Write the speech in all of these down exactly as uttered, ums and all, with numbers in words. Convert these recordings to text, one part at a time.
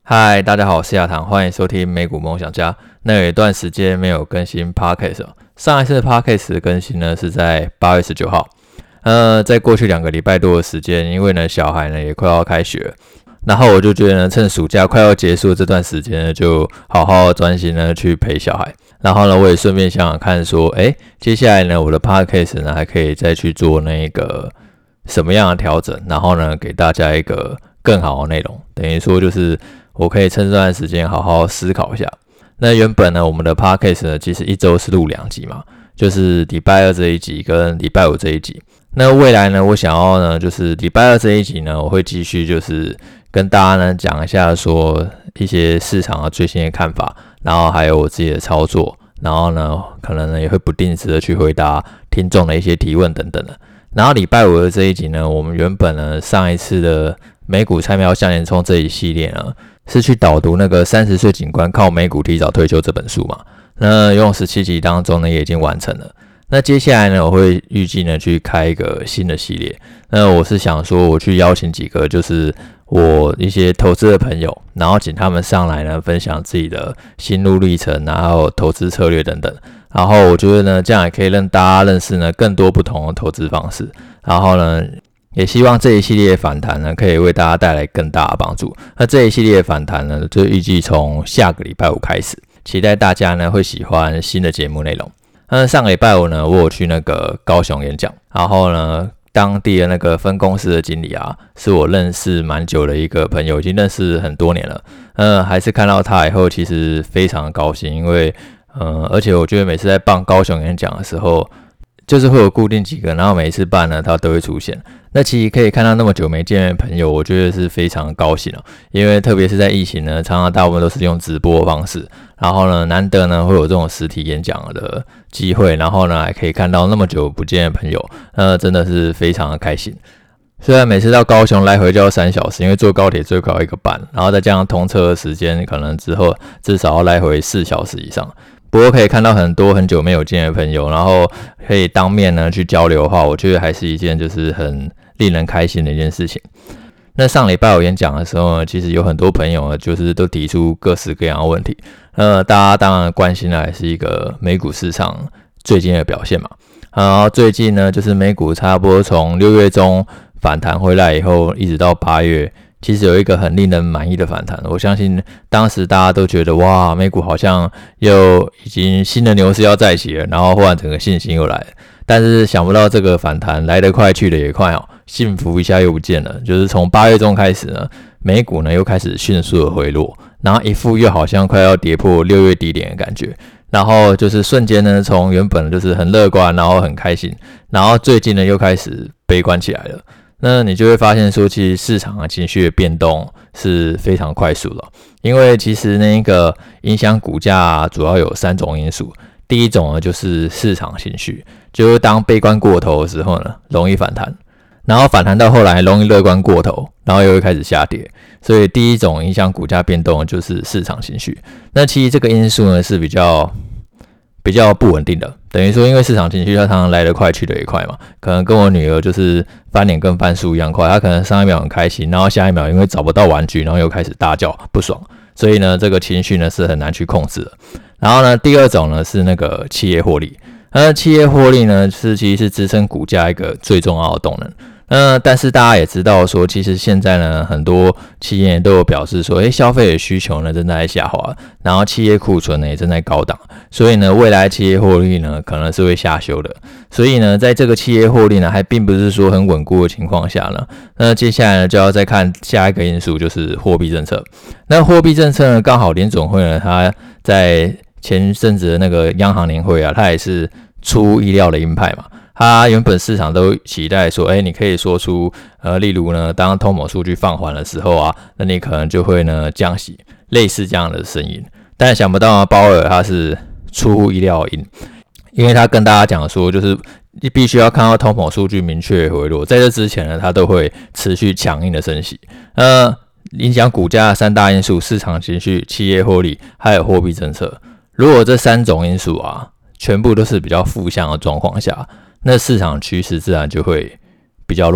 嗨，大家好，我是亚堂，欢迎收听美股梦想家。那有一段时间没有更新 Podcast 哦，上一次 Podcast 的更新呢是在八月十九号。呃，在过去两个礼拜多的时间，因为呢小孩呢也快要开学了，然后我就觉得呢趁暑假快要结束这段时间呢，就好好专心呢去陪小孩。然后呢，我也顺便想想看说，诶，接下来呢我的 Podcast 呢还可以再去做那个什么样的调整，然后呢给大家一个更好的内容，等于说就是我可以趁这段时间好好思考一下。那原本呢，我们的 podcast 呢，其实一周是录两集嘛，就是礼拜二这一集跟礼拜五这一集。那未来呢，我想要呢，就是礼拜二这一集呢，我会继续就是跟大家呢讲一下说一些市场的最新的看法，然后还有我自己的操作，然后呢，可能呢也会不定时的去回答听众的一些提问等等的。然后礼拜五的这一集呢，我们原本呢上一次的美股菜鸟向前冲这一系列呢，是去导读那个三十岁警官靠美股提早退休这本书嘛。那用十七集当中呢，也已经完成了。那接下来呢，我会预计呢去开一个新的系列。那我是想说，我去邀请几个就是我一些投资的朋友，然后请他们上来呢分享自己的心路历程，然后投资策略等等。然后我觉得呢，这样也可以让大家认识呢更多不同的投资方式。然后呢，也希望这一系列反弹呢，可以为大家带来更大的帮助。那这一系列反弹呢，就预计从下个礼拜五开始，期待大家呢会喜欢新的节目内容。那上个礼拜五呢，我有去那个高雄演讲，然后呢，当地的那个分公司的经理啊，是我认识蛮久的一个朋友，已经认识很多年了。呃，还是看到他以后，其实非常的高兴，因为呃，而且我觉得每次在办高雄演讲的时候，就是会有固定几个，然后每一次办呢，他都会出现。那其实可以看到那么久没见面的朋友，我觉得是非常高兴哦。因为特别是在疫情呢，常常大部分都是用直播的方式，然后呢，难得呢会有这种实体演讲的机会，然后呢还可以看到那么久不见的朋友，那真的是非常的开心。虽然每次到高雄来回就要三小时，因为坐高铁最快要一个半，然后再加上通车的时间，可能之后至少要来回四小时以上。不过可以看到很多很久没有见的朋友，然后可以当面呢去交流的话，我觉得还是一件就是很令人开心的一件事情。那上礼拜我演讲的时候呢，其实有很多朋友呢，就是都提出各式各样的问题。呃，大家当然关心的还是一个美股市场最近的表现嘛。然后最近呢，就是美股差不多从六月中反弹回来以后，一直到八月。其实有一个很令人满意的反弹，我相信当时大家都觉得哇，美股好像又已经新的牛市要再起了，然后忽然整个信心又来了。但是想不到这个反弹来得快去得也快哦，幸福一下又不见了。就是从八月中开始呢，美股呢又开始迅速的回落，然后一副又好像快要跌破六月低点的感觉。然后就是瞬间呢，从原本就是很乐观，然后很开心，然后最近呢又开始悲观起来了。那你就会发现说，其实市场的情绪的变动是非常快速的，因为其实那个影响股价主要有三种因素。第一种呢就是市场情绪，就是当悲观过头的时候呢，容易反弹，然后反弹到后来容易乐观过头，然后又会开始下跌。所以第一种影响股价变动就是市场情绪。那其实这个因素呢是比较比较不稳定的，等于说因为市场情绪它常常来得快去得也快嘛，可能跟我女儿就是翻脸跟翻书一样快，她可能上一秒很开心，然后下一秒因为找不到玩具，然后又开始大叫不爽，所以呢这个情绪呢是很难去控制的。然后呢第二种呢是那个企业获利，那企业获利呢是其实是支撑股价一个最重要的动能。那但是大家也知道说，其实现在呢，很多企业都有表示说，诶，消费的需求呢正在下滑，然后企业库存呢也正在高档，所以呢，未来企业获利呢可能是会下修的。所以呢，在这个企业获利呢还并不是说很稳固的情况下呢，那接下来呢就要再看下一个因素，就是货币政策。那货币政策呢，刚好联准会呢，它在前阵子的那个央行年会啊，它也是出乎意料的鹰派嘛。它原本市场都期待说，哎，你可以说出，呃，例如呢，当通膨数据放缓的时候啊，那你可能就会呢降息，类似这样的声音。但想不到啊，鲍尔他是出乎意料鹰，因为他跟大家讲说，就是你必须要看到通膨数据明确回落，在这之前呢，他都会持续强硬的升息。呃，影响股价的三大因素：市场情绪、企业获利，还有货币政策。如果这三种因素啊，全部都是比较负向的状况下，那市场趋势自然就会比较弱。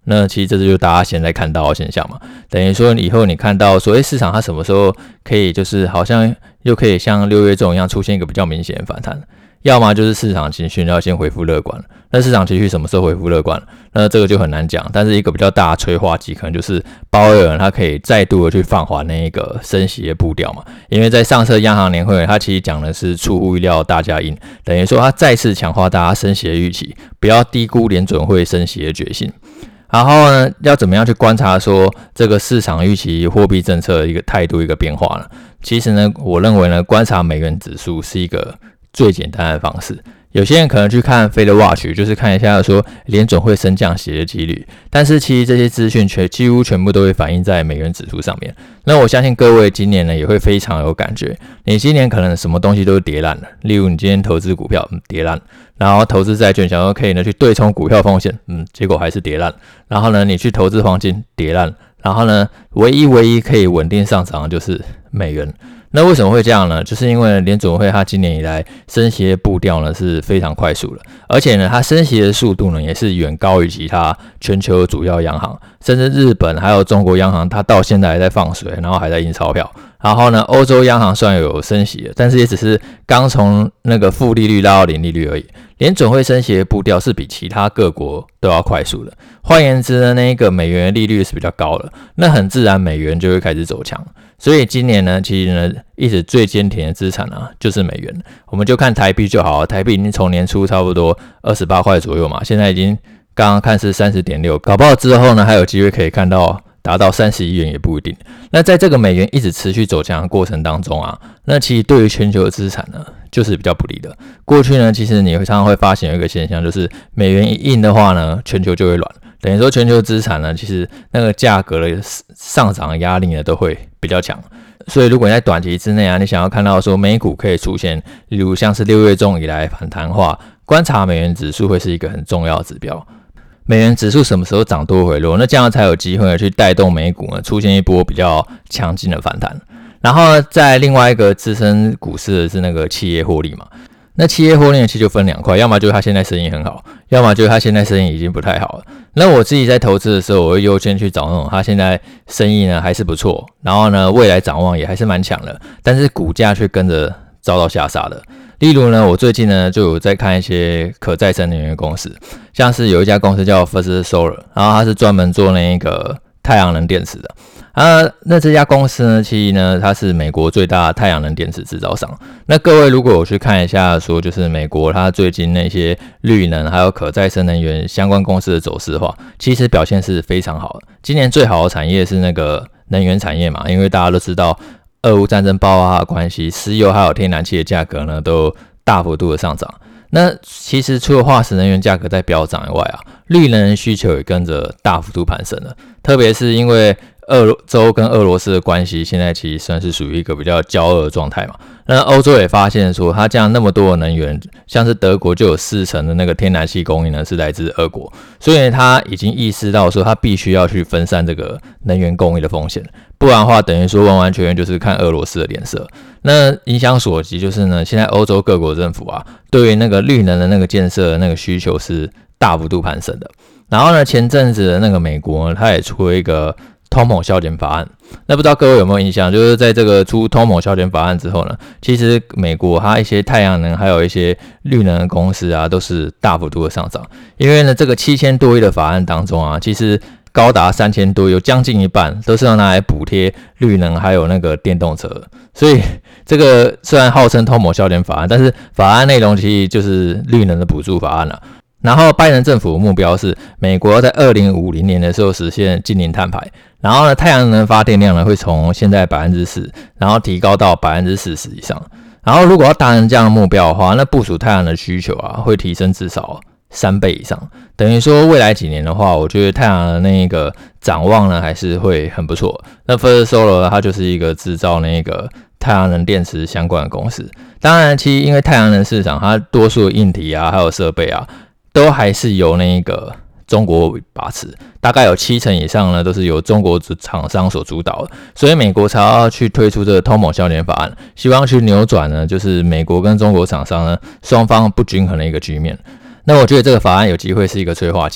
那其实这就是大家现在看到的现象嘛，等于说以后你看到所谓市场它什么时候可以就是好像又可以像六月中一样出现一个比较明显的反弹，要么就是市场情绪要先恢复乐观了。那市场情绪什么时候恢复乐观了？那这个就很难讲，但是一个比较大的催化剂可能就是鲍威尔他可以再度的去放缓那一个升息的步调嘛，因为在上次央行年会他其实讲的是出乎意料大家赢，等于说他再次强化大家升息的预期，不要低估联准会升息的决心。然后呢，要怎么样去观察说这个市场预期货币政策的一个态度一个变化呢？其实呢，我认为呢，观察美元指数是一个最简单的方式。有些人可能去看 Fed Watch， 就是看一下说联准会升降息的几率，但是其实这些资讯全几乎全部都会反映在美元指数上面。那我相信各位今年呢也会非常有感觉，你今年可能什么东西都跌烂了，例如你今天投资股票，嗯，跌烂，然后投资债券，想说可以呢去对冲股票风险，嗯，结果还是跌烂，然后呢你去投资黄金，跌烂，然后呢唯一唯一可以稳定上涨的就是美元。那为什么会这样呢？就是因为联准会它今年以来升息的步调呢是非常快速的，而且呢它升息的速度呢也是远高于其他全球主要央行，甚至日本还有中国央行它到现在还在放水，然后还在印钞票。然后呢欧洲央行虽然有升息了，但是也只是刚从那个负利率拉到零利率而已。联准会升息的步调是比其他各国都要快速的，换言之呢，那个美元的利率是比较高的，那很自然美元就会开始走强。所以今年呢，其实呢，一直最坚挺的资产啊，就是美元。我们就看台币就好，台币已经从年初差不多二十八块左右嘛，现在已经刚刚看是 三十点六， 搞不好之后呢，还有机会可以看到达到三十一元也不一定。那在这个美元一直持续走强的过程当中啊，那其实对于全球的资产呢，就是比较不利的。过去呢，其实你会常常会发现有一个现象，就是美元一硬的话呢，全球就会软。等于说全球资产呢，其实那个价格的上涨的压力呢，都会比较强。所以如果你在短期之内啊，你想要看到说美股可以出现，例如像是六月中以来反弹的话，观察美元指数会是一个很重要的指标。美元指数什么时候涨多回落，那这样才有机会去带动美股呢出现一波比较强劲的反弹。然后呢，在另外一个支撑股市的是那个企业获利嘛。那企业获利其实就分两块，要么就是他现在生意很好，要么就是他现在生意已经不太好了。那我自己在投资的时候，我会优先去找那种他现在生意呢还是不错，然后呢未来展望也还是蛮强的，但是股价却跟着遭到下杀的。例如呢，我最近呢就有在看一些可再生能源公司，像是有一家公司叫 First Solar， 然后它是专门做那个太阳能电池的。啊，那这家公司呢，其实呢，它是美国最大的太阳能电池制造商。那各位如果有去看一下，说就是美国它最近那些绿能还有可再生能源相关公司的走势的话，其实表现是非常好的。今年最好的产业是那个能源产业嘛，因为大家都知道俄乌战争爆发的关系，石油还有天然气的价格呢都大幅度的上涨。那其实除了化石能源价格在飙涨以外啊，绿能的需求也跟着大幅度攀升了，特别是因为俄洲跟俄罗斯的关系现在其实算是属于一个比较交恶的状态嘛。那欧洲也发现说，它这样那么多的能源，像是德国就有四成的那个天然气供应呢是来自俄国，所以它已经意识到说，它必须要去分散这个能源供应的风险，不然的话等于说完完全全就是看俄罗斯的脸色。那影响所及就是呢，现在欧洲各国政府啊，对于那个绿能的那个建设的那个需求是大幅度攀升的。然后呢，前阵子的那个美国呢，它也出了一个通膨削减法案。那不知道各位有没有印象，就是在这个出通膨削减法案之后呢，其实美国它一些太阳能还有一些绿能的公司啊，都是大幅度的上涨。因为呢，这个七千多亿的法案当中啊，其实高达三千多，有将近一半都是要拿来补贴绿能还有那个电动车。所以这个虽然号称通膨削减法案，但是法案内容其实就是绿能的补助法案啦。然后拜登政府的目标是美国要在二零五零年的时候实现净零碳排，然后呢太阳能发电量呢会从现在 百分之四 然后提高到 百分之四十 以上。然后如果要达成这样的目标的话，那部署太阳能的需求啊会提升至少三倍以上，等于说未来几年的话，我觉得太阳能那个展望呢还是会很不错。那 First Solar 它就是一个制造那个太阳能电池相关的公司。当然其实因为太阳能市场它多数的硬体啊还有设备啊都还是由那个中国把持，大概有七成以上呢都是由中国厂商所主导的，所以美国才要去推出这个通膨削减法案，希望去扭转呢就是美国跟中国厂商呢双方不均衡的一个局面。那我觉得这个法案有机会是一个催化剂啊，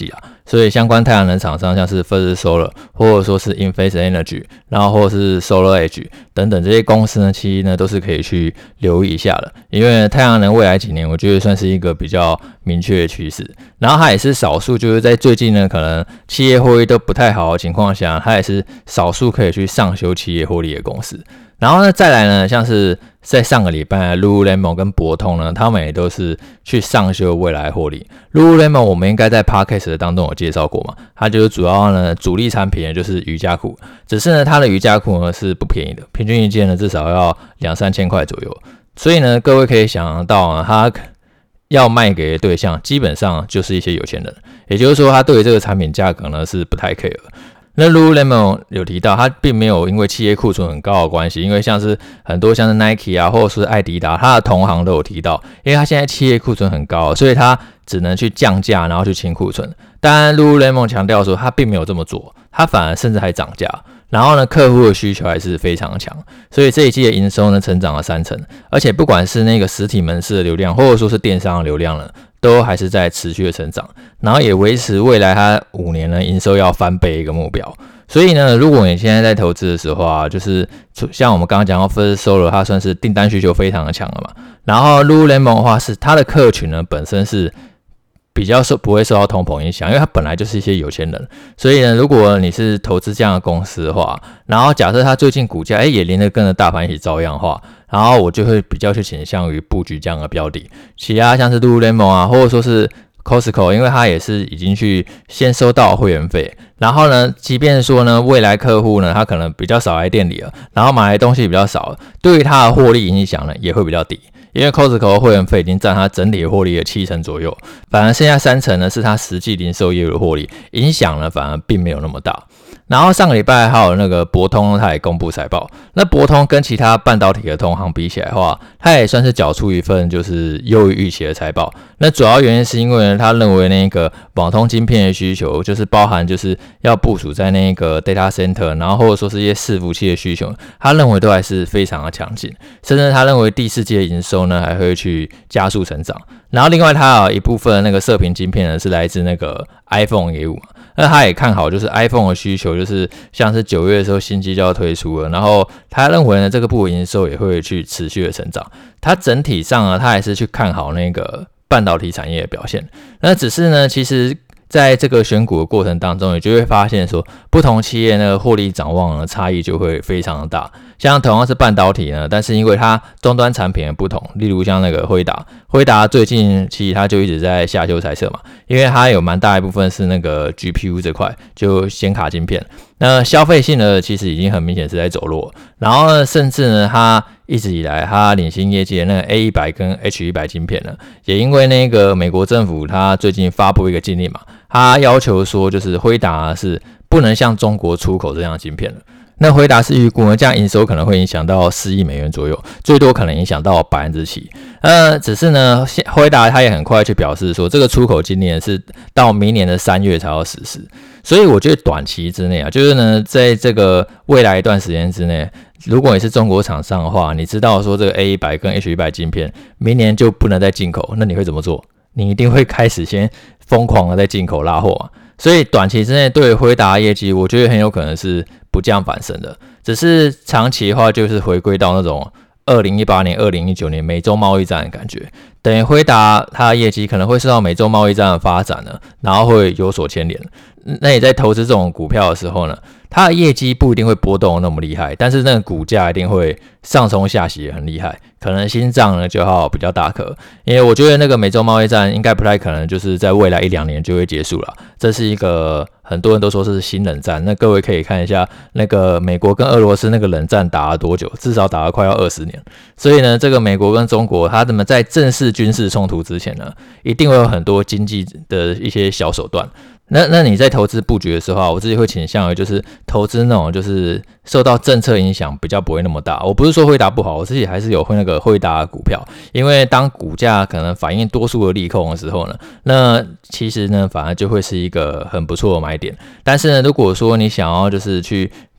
所以相关太阳能厂商像是 First Solar 或者说是 Enphase Energy， 然后或者是 SolarEdge 等等这些公司呢，其实呢都是可以去留意一下的，因为太阳能未来几年我觉得算是一个比较明确的趋势，然后它也是少数就是在最近呢可能企业获利都不太好的情况下，它也是少数可以去上修企业获利的公司。然后呢，再来呢，像是在上个礼拜 Lululemon 跟博通呢，他们也都是去上修未来获利。Lululemon 我们应该在 Podcast 的当中有介绍过嘛，它就是主要呢主力产品就是瑜伽裤，只是呢它的瑜伽裤呢是不便宜的，平均一件呢至少要两三千块左右。所以呢，各位可以想到呢，它要卖给的对象基本上就是一些有钱人，也就是说，他对于这个产品价格呢是不太 care。那 Lululemon 有提到，它并没有因为企业库存很高的关系，因为像是很多像是 Nike 啊，或者是艾迪达，它的同行都有提到，因为它现在企业库存很高，所以它只能去降价，然后去清库存。当然 Lululemon 强调说，它并没有这么做，它反而甚至还涨价。然后呢，客户的需求还是非常强，所以这一季的营收呢成长了三成，而且不管是那个实体门市的流量，或者说是电商的流量呢，都还是在持续的成长，然后也维持未来它五年呢营收要翻倍一个目标。所以呢，如果你现在在投资的时候啊，就是像我们刚刚讲到 First Solar， 它算是订单需求非常的强了嘛，然后 Lululemon 的话是它的客群呢本身是比较受不会受到通膨影响，因为它本来就是一些有钱人，所以呢，如果你是投资这样的公司的话，然后假设它最近股价哎也连着跟着大盘一起遭殃的话，然后我就会比较去倾向于布局这样的标的。其他像是 Lululemon 啊，或者说是 Costco， 因为它也是已经去先收到会员费，然后呢，即便说呢未来客户呢他可能比较少来店里了，然后买的东西比较少，对于它的获利影响呢也会比较低。因为 Costco 的会员费已经占它整体获利的七成左右，反而剩下三成呢是它实际零售业务的获利，影响呢反而并没有那么大。然后上个礼拜还有那个博通，它也公布财报。那博通跟其他半导体的同行比起来的话，它也算是缴出一份就是优于预期的财报。那主要原因是因为呢，他认为那个网通晶片的需求，就是包含就是要部署在那个 data center， 然后或者说是一些伺服器的需求，他认为都还是非常的强劲，甚至他认为第四季的营收呢还会去加速成长。然后另外它有一部分的那个射频晶片呢是来自那个 iPhone 业务嘛，那他也看好就是 iPhone 的需求，就是像是九月的时候新机就要推出了，然后他认为呢这个部营收也会去持续的成长。他整体上呢他还是去看好那个半导体产业的表现。那只是呢其实在这个选股的过程当中，你就会发现说不同企业呢获利展望的差异就会非常的大。像同样是半导体呢，但是因为它终端产品的不同，例如像那个辉达，辉达最近其实它就一直在下修财测嘛，因为它有蛮大一部分是那个 G P U 这块，就显卡晶片。那消费性呢其实已经很明显是在走弱，然后呢甚至呢它一直以来它领先业界的那个 A 一百 跟 H 一百 晶片呢，也因为那个美国政府它最近发布一个禁令嘛，它要求说就是辉达是不能向中国出口这样的晶片了。那辉达是预估呢，这样营收可能会影响到四亿美元左右，最多可能影响到 百分之七。呃，只是呢，辉达他也很快去表示说，这个出口今年是到明年的三月才要实施。所以我觉得短期之内啊，就是呢，在这个未来一段时间之内，如果你是中国厂商的话，你知道说这个 A 一百 跟 H 一百 晶片明年就不能再进口，那你会怎么做？你一定会开始先疯狂的在进口拉货啊。所以短期之内对辉达业绩，我觉得很有可能是不降反升的。只是长期的话，就是回归到那种二零一八年、二零一九年美洲贸易战的感觉。等于辉达它的业绩可能会受到美洲贸易战的发展呢，然后会有所牵连。那你在投资这种股票的时候呢，它的业绩不一定会波动那么厉害，但是那个股价一定会上冲下洗也很厉害，可能心脏呢就要比较大颗。因为我觉得那个美洲贸易战应该不太可能就是在未来一两年就会结束了，这是一个很多人都说是新冷战。那各位可以看一下那个美国跟俄罗斯那个冷战打了多久，至少打了快要二十年。所以呢，这个美国跟中国他们在正式军事冲突之前呢，一定会有很多经济的一些小手段。那那你在投资布局的时候啊，我自己会倾向于就是投资那种就是受到政策影响比较不会那么大。我不是说辉达不好，我自己还是有会那个辉达的股票，因为当股价可能反映多数的利空的时候呢，那其实呢反而就会是一个很不错的买点。但是呢，如果说你想要就是去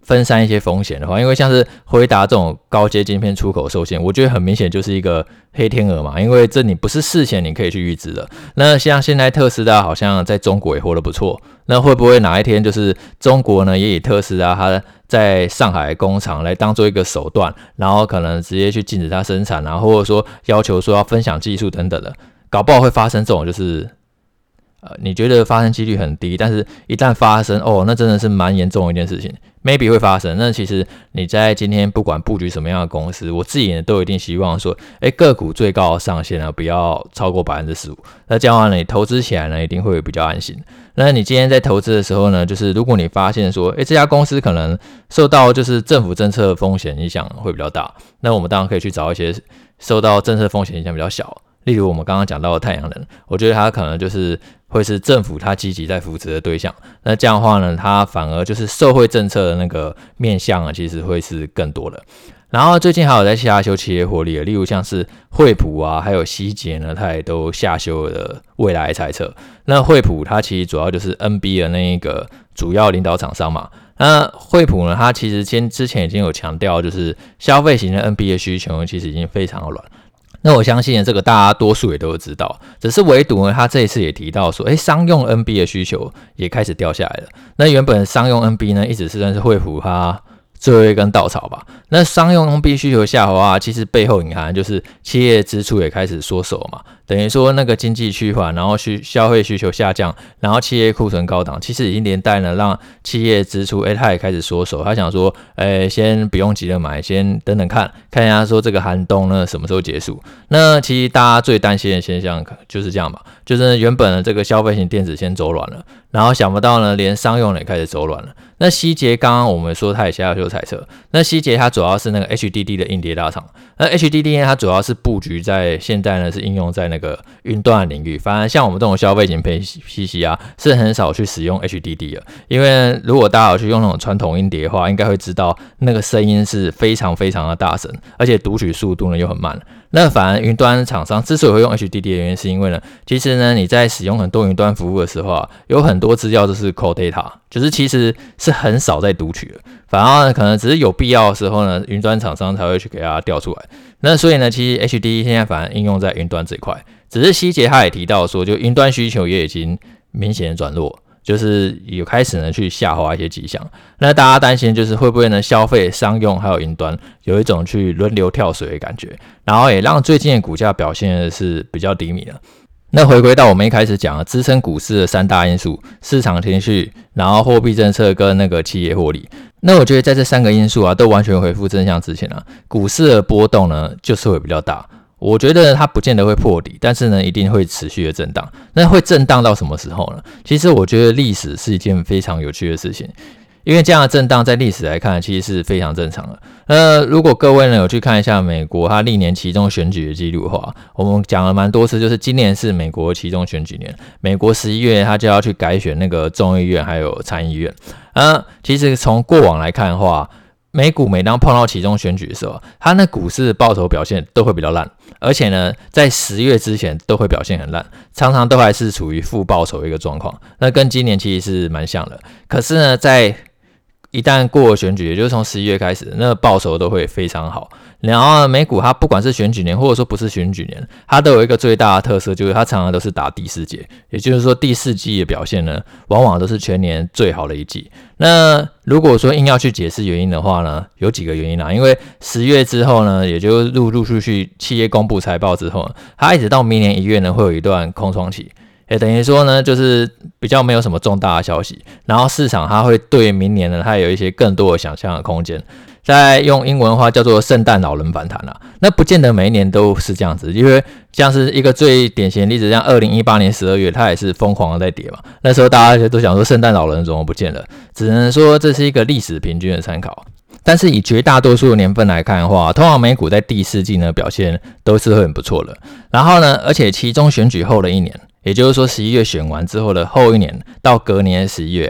分散一些风险的话，因为像是辉达这种高阶晶片出口受限，我觉得很明显就是一个黑天鹅嘛，因为这你不是事前你可以去预知的。那像现在特斯拉好像在中国也活得不错，那会不会哪一天就是中国呢也以特斯拉它在上海工厂来当做一个手段，然后可能直接去禁止它生产啊，或者说要求说要分享技术等等的，搞不好会发生这种就是呃，你觉得发生几率很低，但是一旦发生哦，那真的是蛮严重的一件事情 ，maybe 会发生。那其实你在今天不管布局什么样的公司，我自己呢都一定希望说，哎，个股最高的上限呢不要超过 百分之十五， 那这样的话呢，你投资起来呢一定会比较安心。那你今天在投资的时候呢，就是如果你发现说，哎，这家公司可能受到就是政府政策风险影响会比较大，那我们当然可以去找一些受到政策风险影响比较小。例如我们刚刚讲到的太阳能，我觉得它可能就是会是政府它积极在扶持的对象，那这样的话呢，它反而就是社会政策的那个面向啊，其实会是更多的。然后最近还有在下修企业获利的，例如像是惠普啊，还有希捷呢，它也都下修了未来猜测。那惠普它其实主要就是 N B 的那一个主要领导厂商嘛。那惠普呢，它其实先之前已经有强调，就是消费型的 N B 的需求其实已经非常的软。那我相信这个大家多数也都知道，只是唯独呢，他这一次也提到说，哎，商用 N B 的需求也开始掉下来了。那原本商用 N B 呢，一直是算是惠普它最后一根稻草吧。那商用 N B 需求下滑，其实背后隐含就是企业支出也开始缩手嘛。等于说那个经济趋缓，然后需消费需求下降，然后企业库存高档，其实已经连带了让企业支出，哎，他也开始缩手。他想说，哎，先不用急着买，先等等看，看一下说这个寒冬呢什么时候结束。那其实大家最担心的现象就是这样嘛，就是原本的这个消费型电子先走软了，然后想不到呢，连商用也开始走软了。那希捷刚刚我们说它也下修猜测，那希捷它主要是那个 H D D 的硬碟大厂，那 H D D 它主要是布局在现在呢是应用在那个云端领域，反而像我们这种消费型 P C 啊是很少去使用 H D D 的，因为如果大家有去用那种传统硬碟的话，应该会知道那个声音是非常非常的大声，而且读取速度呢又很慢。那反而云端厂商之所以会用 H D D 的原因，是因为呢，其实呢你在使用很多云端服务的时候啊，有很多资料都是 cold data， 就是其实是很少在读取的，反而可能只是有必要的时候呢，云端厂商才会去给它调出来。那所以呢，其实 H D D 现在反而应用在云端这一块，只是希捷他也提到说，就云端需求也已经明显的转弱。就是有开始呢去下滑一些迹象，那大家担心就是会不会呢消费、商用还有云端有一种去轮流跳水的感觉，然后也让最近的股价表现的是比较低迷了。那回归到我们一开始讲的支撑股市的三大因素：市场情绪，然后货币政策跟那个企业获利。那我觉得在这三个因素啊都完全恢复正向之前啊，股市的波动呢就是会比较大。我觉得它不见得会破底，但是呢，一定会持续的震荡。那会震荡到什么时候呢？其实我觉得历史是一件非常有趣的事情，因为这样的震荡在历史来看，其实是非常正常的。呃，如果各位呢有去看一下美国它历年期中选举的记录的话，我们讲了蛮多次，就是今年是美国期中选举年，美国十一月它就要去改选那个众议院还有参议院。呃，其实从过往来看的话，美股每当碰到期中选举的时候，它那股市的报酬表现都会比较烂，而且呢，在十月之前都会表现很烂，常常都还是处于负报酬的一个状况。那跟今年其实是蛮像的。可是呢，在一旦过了选举，也就是从十一月开始，那报酬都会非常好。然后美股它不管是选举年，或者说不是选举年，它都有一个最大的特色，就是它常常都是打第四节，也就是说第四季的表现呢，往往都是全年最好的一季。那如果说硬要去解释原因的话呢，有几个原因啦。因为十月之后呢，也就陆陆续续企业公布财报之后，它一直到明年一月呢，会有一段空窗期。也等于说呢，就是比较没有什么重大的消息，然后市场它会对明年呢，它有一些更多的想象的空间。再用英文的话叫做圣诞老人反弹啦，那不见得每一年都是这样子，因为像是一个最典型的例子，像二零一八年十二月，它也是疯狂的在跌嘛。那时候大家都想说圣诞老人怎么不见了，只能说这是一个历史平均的参考。但是以绝大多数的年份来看的话，通常美股在第四季呢表现都是会很不错的。然后呢，而且期中选举后的一年，也就是说十一月选完之后的后一年到隔年的十一月啊，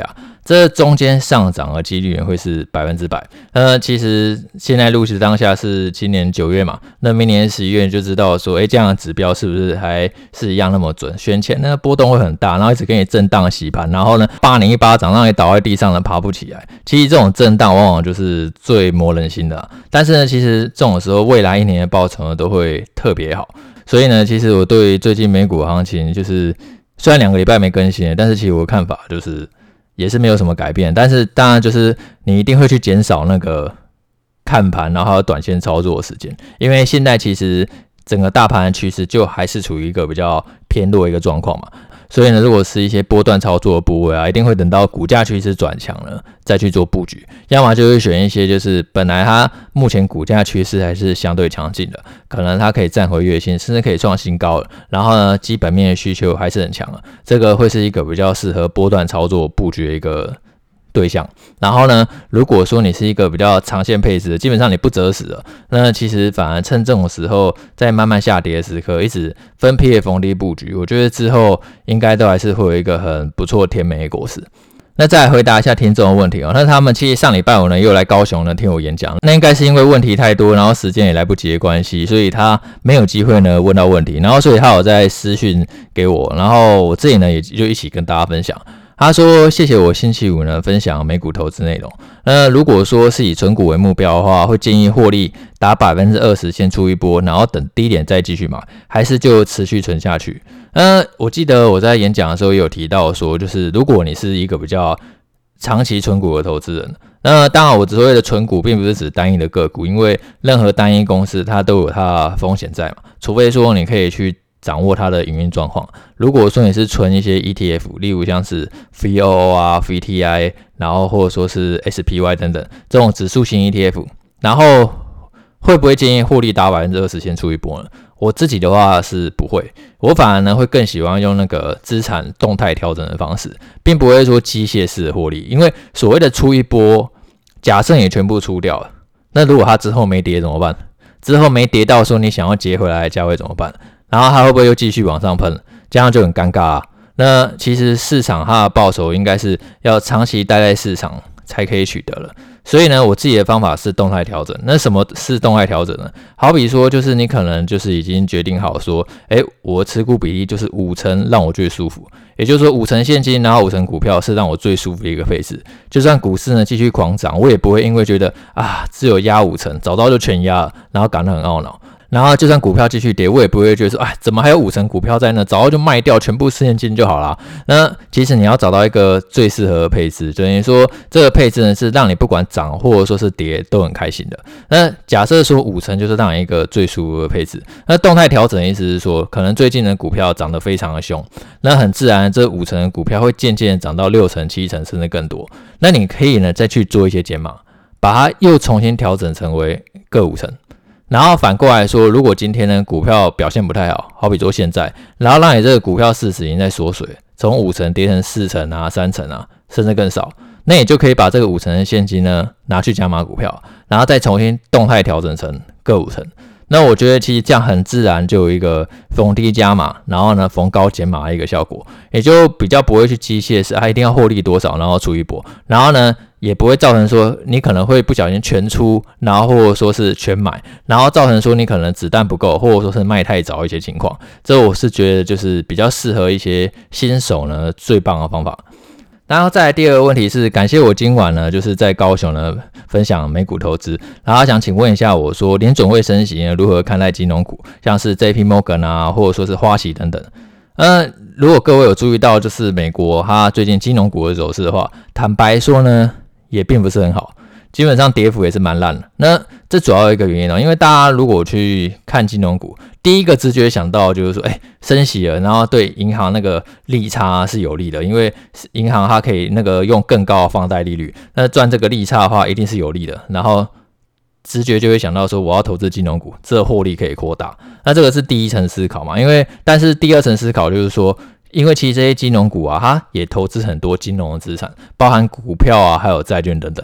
这中间上涨的几率也会是百分之百。那其实现在录制当下是今年九月嘛，那明年十一月就知道说，哎，这样的指标是不是还是一样那么准？选前呢波动会很大，然后一直给你震荡洗盘，然后呢扒你一巴掌，让你倒在地上了爬不起来。其实这种震荡往往就是最磨人心的、啊，但是呢，其实这种时候未来一年的报酬呢都会特别好。所以呢，其实我对最近美股的行情就是虽然两个礼拜没更新了，但是其实我的看法就是也是没有什么改变，但是当然就是你一定会去减少那个看盘，然后还有短线操作的时间，因为现在其实整个大盘的趋势就还是处于一个比较偏弱的一个状况嘛。所以呢，如果是一些波段操作的部位啊，一定会等到股价趋势转强了再去做布局，要么就会选一些就是本来它目前股价趋势还是相对强劲的，可能它可以站回月线，甚至可以创新高了，然后呢，基本面的需求还是很强的，这个会是一个比较适合波段操作布局的一个对象。然后呢，如果说你是一个比较长线配置的，基本上你不择时了，那其实反而趁这种时候在慢慢下跌的时刻，一直分批的逢低布局，我觉得之后应该都还是会有一个很不错甜美的果实。那再来回答一下听众的问题哦。那他们其实上礼拜五呢又来高雄呢听我演讲，那应该是因为问题太多，然后时间也来不及的关系，所以他没有机会呢问到问题，然后所以他有在私讯给我，然后我自己呢也就一起跟大家分享。他说谢谢我星期五呢分享美股投资内容。那如果说是以存股为目标的话，会建议获利打 百分之二十 先出一波，然后等低点再继续买，还是就持续存下去？呃，我记得我在演讲的时候也有提到说，就是如果你是一个比较长期存股的投资人，那当然我所谓的存股并不是指单一的个股，因为任何单一公司它都有它的风险在嘛，除非说你可以去掌握它的营运状况。如果说你是存一些 E T F， 例如像是 V O O 啊 V T I， 然后或者说是 S P Y 等等这种指数型 E T F， 然后会不会建议获利打 百分之二十 先出一波呢？我自己的话是不会，我反而呢会更喜欢用那个资产动态调整的方式，并不会说机械式的获利。因为所谓的出一波，假设你全部出掉了，那如果它之后没跌怎么办？之后没跌到说你想要接回来的价位怎么办？然后它会不会又继续往上喷？这样就很尴尬啊。那其实市场它的报酬应该是要长期待在市场才可以取得了。所以呢，我自己的方法是动态调整。那什么是动态调整呢？好比说，就是你可能就是已经决定好说，诶，我持股比例就是五成，让我最舒服。也就是说，五成现金，然后五成股票是让我最舒服的一个配置。就算股市呢继续狂涨，我也不会因为觉得啊只有压五成，早知道就全压了，然后感到很懊恼。然后就算股票继续跌，我也不会觉得说，哎，怎么还有五成股票在呢？早就就卖掉，全部现金就好啦。那其实你要找到一个最适合的配置，就等于说这个配置呢是让你不管涨或者说是跌都很开心的。那假设说五成就是让你一个最舒服的配置，那动态调整的意思是说，可能最近的股票涨得非常的凶，那很自然这五成的股票会渐渐涨到六成、七成甚至更多。那你可以呢再去做一些减码，把它又重新调整成为各五成。然后反过来说，如果今天呢股票表现不太好，好比说现在，然后让你这个股票市值已经在缩水，从五成跌成四成啊、三成啊，甚至更少，那你就可以把这个五成的现金呢拿去加码股票，然后再重新动态调整成各五成。那我觉得其实这样很自然就有一个逢低加码，然后呢逢高减码的一个效果，也就比较不会去机械式啊一定要获利多少然后出一波，然后呢也不会造成说你可能会不小心全出，然后或者说是全买，然后造成说你可能子弹不够，或者说是卖太早一些情况。这我是觉得就是比较适合一些新手呢最棒的方法。然后再来第二个问题是，感谢我今晚呢就是在高雄呢分享美股投资，然后想请问一下我说联准会升息呢如何看待金融股，像是 J P Morgan 啊，或者说是花旗等等。呃，如果各位有注意到就是美国它最近金融股的走势的话，坦白说呢也并不是很好，基本上跌幅也是蛮烂的。那这主要有一个原因哦，因为大家如果去看金融股，第一个直觉想到就是说，哎，升息了，然后对银行那个利差是有利的，因为银行它可以那个用更高的放贷利率，那赚这个利差的话一定是有利的。然后直觉就会想到说，我要投资金融股，这获利可以扩大。那这个是第一层思考嘛，因为但是第二层思考就是说，因为其实这些金融股啊，它也投资很多金融的资产，包含股票啊，还有债券等等。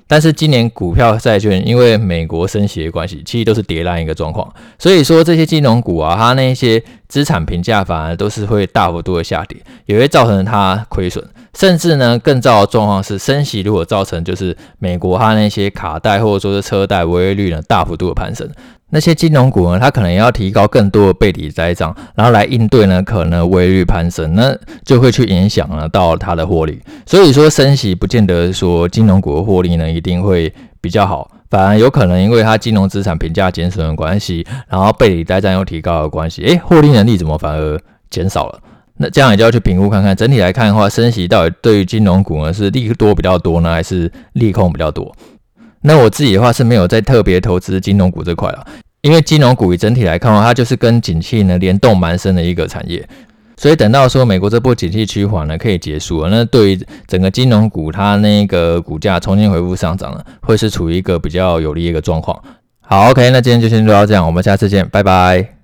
但是今年股票债券因为美国升息的关系，其实都是跌烂一个状况，所以说这些金融股啊，它那些资产评价反而都是会大幅度的下跌，也会造成它亏损，甚至呢更糟的状况是升息如果造成就是美国它那些卡贷或者说是车贷违约率呢大幅度的攀升，那些金融股呢它可能要提高更多的备抵债账，然后来应对呢可能违约率攀升，那就会去影响呢到它的获利。所以说升息不见得说金融股的获利呢一定会比较好，反而有可能因为它金融资产评价减损的关系，然后备抵债账又提高的关系，诶，获利能力怎么反而减少了？那这样也就要去评估看看，整体来看的话，升息到底对于金融股呢是利多比较多呢，还是利空比较多？那我自己的话是没有在特别投资金融股这块啦，因为金融股以整体来看的话，它就是跟景气呢联动蛮深的一个产业。所以等到说美国这波景气趋缓呢可以结束了，那对于整个金融股它那个股价重新恢复上涨呢，会是处于一个比较有利的一个状况。好 ，OK， 那今天就先聊到这样，我们下次见，拜拜。